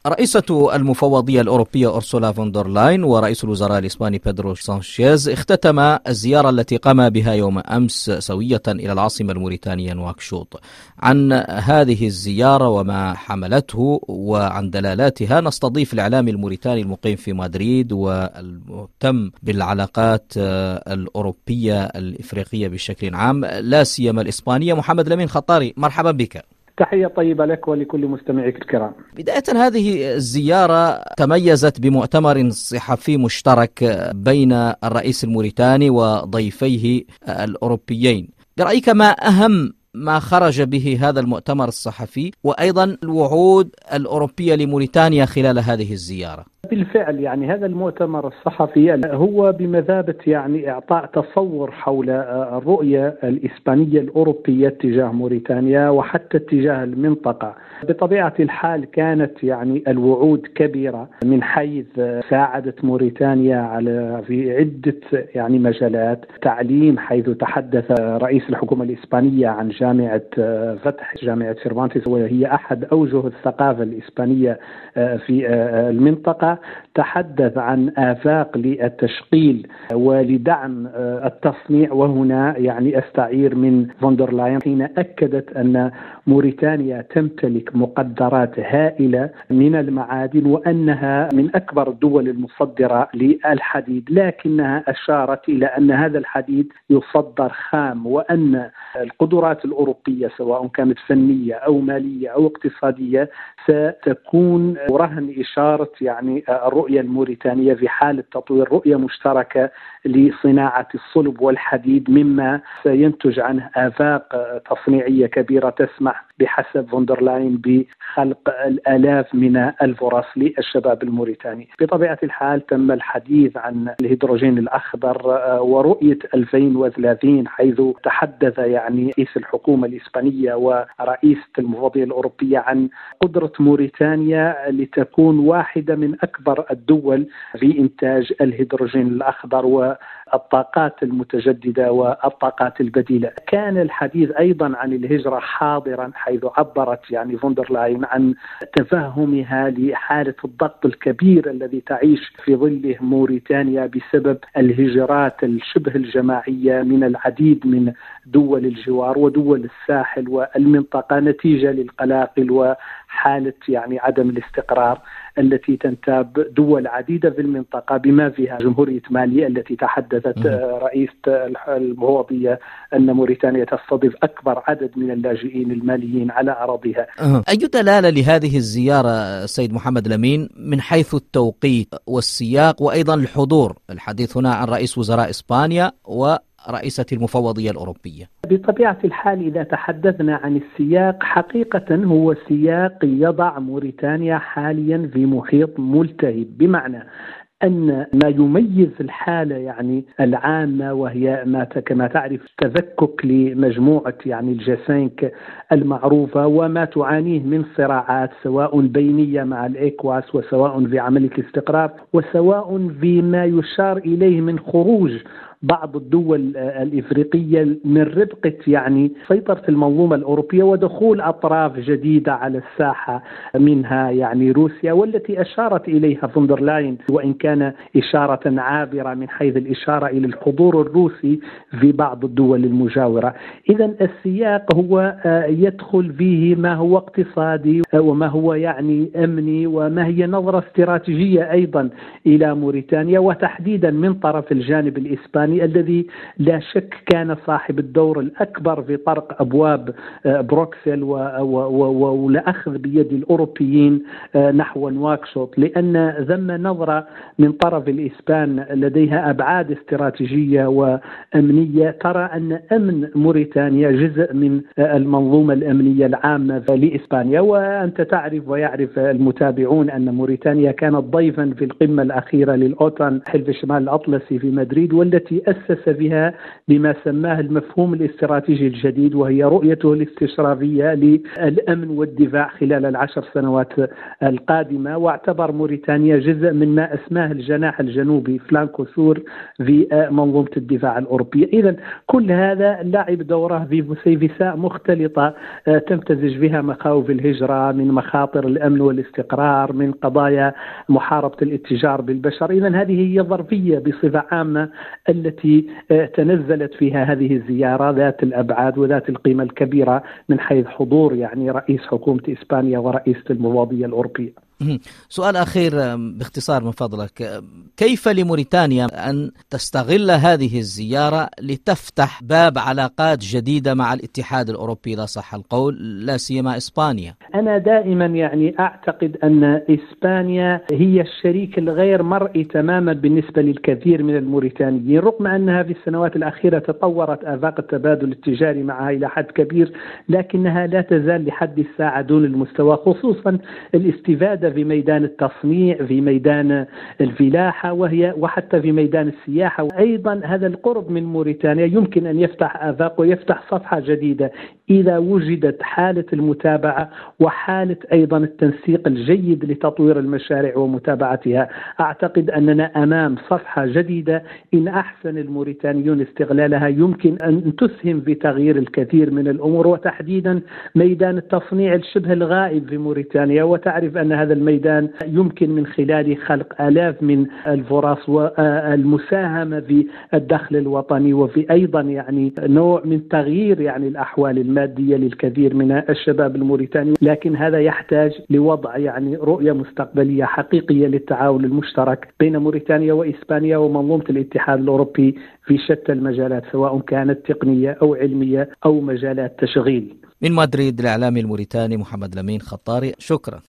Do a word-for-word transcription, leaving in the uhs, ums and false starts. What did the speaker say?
رئيسة المفوضية الأوروبية أرسولا فوندر لاين ورئيس الوزراء الإسباني بيدرو سانشيز اختتم الزيارة التي قام بها يوم أمس سوية إلى العاصمة الموريتانية نواكشوط. عن هذه الزيارة وما حملته وعن دلالاتها نستضيف الإعلامي الموريتاني المقيم في مدريد والمهتم بالعلاقات الأوروبية الإفريقية بشكل عام لا سيما الإسبانية، محمد لمين خطاري. مرحبا بك. تحية طيبة لك ولكل مستمعيك الكرام. بداية، هذه الزيارة تميزت بمؤتمر صحفي مشترك بين الرئيس الموريتاني وضيفيه الأوروبيين. برأيك ما أهم ما خرج به هذا المؤتمر الصحفي وأيضا الوعود الأوروبية لموريتانيا خلال هذه الزيارة؟ بالفعل يعني هذا المؤتمر الصحفي هو بمثابة يعني إعطاء تصور حول الرؤية الإسبانية الأوروبية تجاه موريتانيا وحتى تجاه المنطقة. بطبيعة الحال كانت يعني الوعود كبيرة من حيث ساعدت موريتانيا على في عدة يعني مجالات. تعليم، حيث تحدث رئيس الحكومة الإسبانية عن جامعة فتح، جامعة سيرفانتيس، وهي أحد أوجه الثقافة الإسبانية في المنطقة. تحدث عن آفاق للتشغيل ولدعم التصنيع، وهنا يعني أستعير من فوندر لاين حين أكدت أن موريتانيا تمتلك مقدرات هائلة من المعادن وأنها من أكبر الدول المصدرة للحديد، لكنها أشارت إلى أن هذا الحديد يصدر خام، وأن القدرات الأوروبية سواء كانت فنية أو مالية أو اقتصادية ستكون رهن إشارة يعني الرؤية الموريتانية في حالة تطوير رؤية مشتركة لصناعة الصلب والحديد، مما سينتج عنه آفاق تصنيعية كبيرة تسمح بحسب فوندر لاين بخلق الآلاف من الفرص للشباب الموريتاني. بطبيعة الحال تم الحديث عن الهيدروجين الأخضر ورؤية ألفين وثلاثين، حيث تحدث يعني رئيس الحكومة الإسبانية ورئيسة المفوضية الأوروبية عن قدرة موريتانيا لتكون واحدة من أكبر الدول في إنتاج الهيدروجين الأخضر والطاقات المتجددة والطاقات البديلة. كان الحديث أيضا عن الهجرة حاضرا، حيث عبرت يعني فوندر لاين عن تفهمها لحالة الضغط الكبير الذي تعيش في ظله موريتانيا بسبب الهجرات الشبه الجماعية من العديد من دول الجوار ودول الساحل والمنطقة نتيجة للقلاقل وحالة يعني عدم الاستقرار التي تنتاب دول عديدة في المنطقة بما فيها جمهورية مالي التي تحدثت رئيسة المفوضية أن موريتانيا تستضيف أكبر عدد من اللاجئين الماليين على أراضيها. أي دلالة لهذه الزيارة سيد محمد لمين من حيث التوقيت والسياق وأيضا الحضور؟ الحديث هنا عن رئيس وزراء إسبانيا و رئيسة المفوضية الأوروبية. بطبيعة الحال إذا تحدثنا عن السياق، حقيقة هو سياق يضع موريتانيا حاليا في محيط ملتهب، بمعنى أن ما يميز الحالة يعني العامة وهي ما كما تعرف تفكك لمجموعة يعني الجاسينك المعروفة وما تعانيه من صراعات سواء بينية مع الإيكواس وسواء في عملية الاستقرار وسواء فيما يشار إليه من خروج بعض الدول الإفريقية من ربقة يعني سيطرة المنظومة الأوروبية ودخول أطراف جديدة على الساحة، منها يعني روسيا، والتي أشارت إليها فوندر لاين وإن كان إشارة عابرة من حيث الإشارة إلى الحضور الروسي في بعض الدول المجاورة. إذن السياق هو يدخل فيه ما هو اقتصادي وما هو يعني أمني وما هي نظرة استراتيجية أيضا إلى موريتانيا، وتحديدا من طرف الجانب الإسباني الذي لا شك كان صاحب الدور الأكبر في طرق أبواب بروكسل والأخذ بيد الأوروبيين نحو نواكشوط، لأن ثم نظرة من طرف الإسبان لديها أبعاد استراتيجية وأمنية ترى أن أمن موريتانيا جزء من المنظومة الأمنية العامة لإسبانيا. وأنت تعرف ويعرف المتابعون أن موريتانيا كانت ضيفا في القمة الأخيرة للأوتان حلف الشمال الأطلسي في مدريد، والتي التي أسس بها لما سماه المفهوم الاستراتيجي الجديد، وهي رؤيته الاستشرافية للأمن والدفاع خلال العشر سنوات القادمة، واعتبر موريتانيا جزء من ما أسماه الجناح الجنوبي فلانكو سور في منظومة الدفاع الأوروبية. إذن كل هذا لعب دوره في سيفساء مختلطة تمتزج بها مخاوف الهجرة، من مخاطر الأمن والاستقرار، من قضايا محاربة الاتجار بالبشر. إذن هذه هي ظرفية بصفة عامة التي تنزلت فيها هذه الزيارة ذات الأبعاد وذات القيمة الكبيرة من حيث حضور يعني رئيس حكومة إسبانيا ورئيسة المفوضية الأوروبية. سؤال أخير باختصار من فضلك، كيف لموريتانيا أن تستغل هذه الزيارة لتفتح باب علاقات جديدة مع الاتحاد الأوروبي لا صح القول، لا سيما إسبانيا؟ أنا دائما يعني أعتقد أن إسبانيا هي الشريك الغير مرئي تماما بالنسبة للكثير من الموريتانيين، رغم أنها في السنوات الأخيرة تطورت آفاق التبادل التجاري معها إلى حد كبير، لكنها لا تزال لحد الساعة دون المستوى، خصوصا الاستفادة في ميدان التصنيع، في ميدان الفلاحة، وهي وحتى في ميدان السياحة. وأيضا هذا القرب من موريتانيا يمكن أن يفتح آفاق ويفتح صفحة جديدة إذا وجدت حالة المتابعة وحالة أيضا التنسيق الجيد لتطوير المشاريع ومتابعتها. أعتقد أننا أمام صفحة جديدة إن أحسن الموريتانيون استغلالها يمكن أن تسهم في تغيير الكثير من الأمور، وتحديدا ميدان التصنيع الشبه الغائب في موريتانيا. وتعرف أن هذا الميدان يمكن من خلاله خلق آلاف من الفرص والمساهمة في الدخل الوطني، وفي أيضا يعني نوع من تغيير يعني الأحوال المادية للكثير من الشباب الموريتاني. لكن هذا يحتاج لوضع يعني رؤية مستقبلية حقيقية للتعاون المشترك بين موريتانيا وإسبانيا ومنظومة الاتحاد الأوروبي في شتى المجالات، سواء كانت تقنية أو علمية أو مجالات تشغيل. من مدريد الإعلامي الموريتاني محمد لمين خطاري، شكرا.